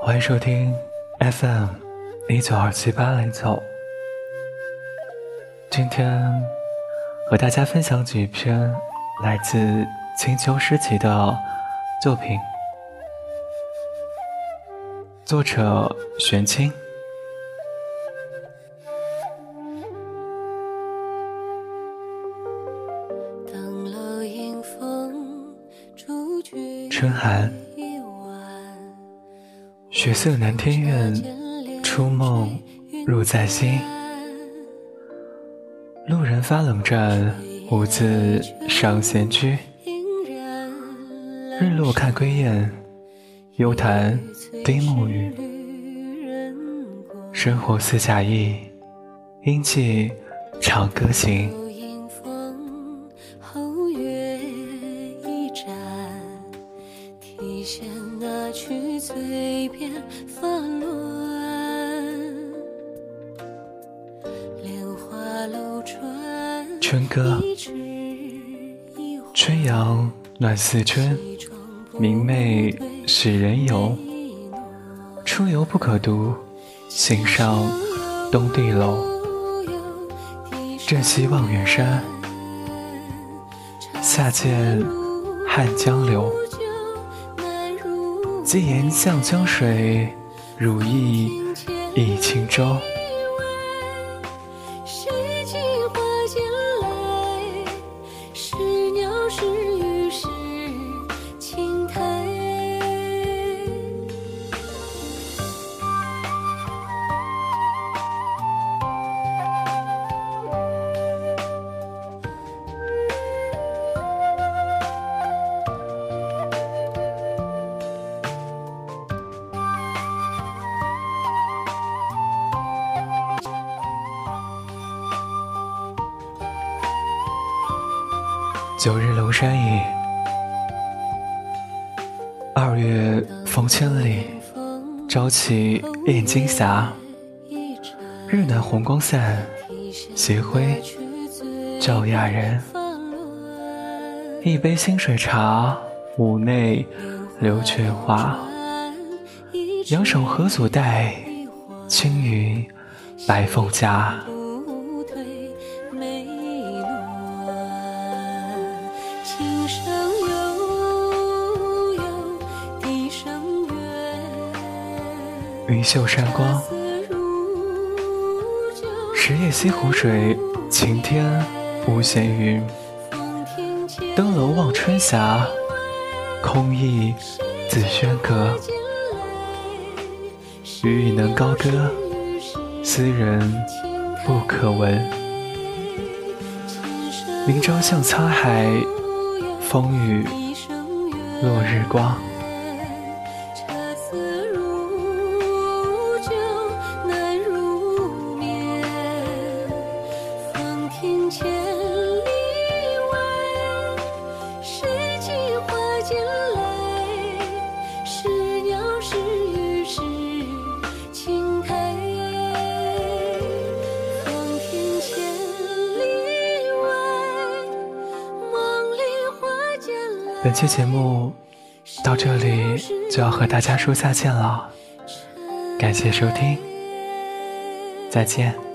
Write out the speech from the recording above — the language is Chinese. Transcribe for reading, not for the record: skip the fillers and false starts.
欢迎收听 FM1927809。今天和大家分享几篇来自青丘诗集的作品，作者玄清。春寒，雪色南天苑，初梦入在心。路人发冷战，无字上闲居。日落看归雁，幽谈低暮雨。生活似假意，应记长歌行。 提线那曲嘴边发乱，莲花楼转春歌，春阳暖似春，明媚使人游。出游不可独，行上东地楼。正西望远山，下见汉江流。既沿向江水，如意忆轻舟。 谁寄花间来？是鸟是鱼是青苔。 9日庐山影，2月风千里，朝起雁惊霞。日暖红光散，斜晖照雅人。一杯清水茶，屋内流泉花。仰手何所待？青云白凤家。 青山悠悠，地上月。 云袖山光，十夜西湖水，晴天无闲云。登楼望春霞，空忆自轩阁。予以能高歌，斯人不可闻。明朝向沧海，风雨落日光。 茶色如酒，难入眠。芳庭千里外，谁寄花间来？是鸟是鱼是青苔。芳庭千里外，梦里花间来。 本期节目到这里就要和大家说再见了，感谢收听，再见。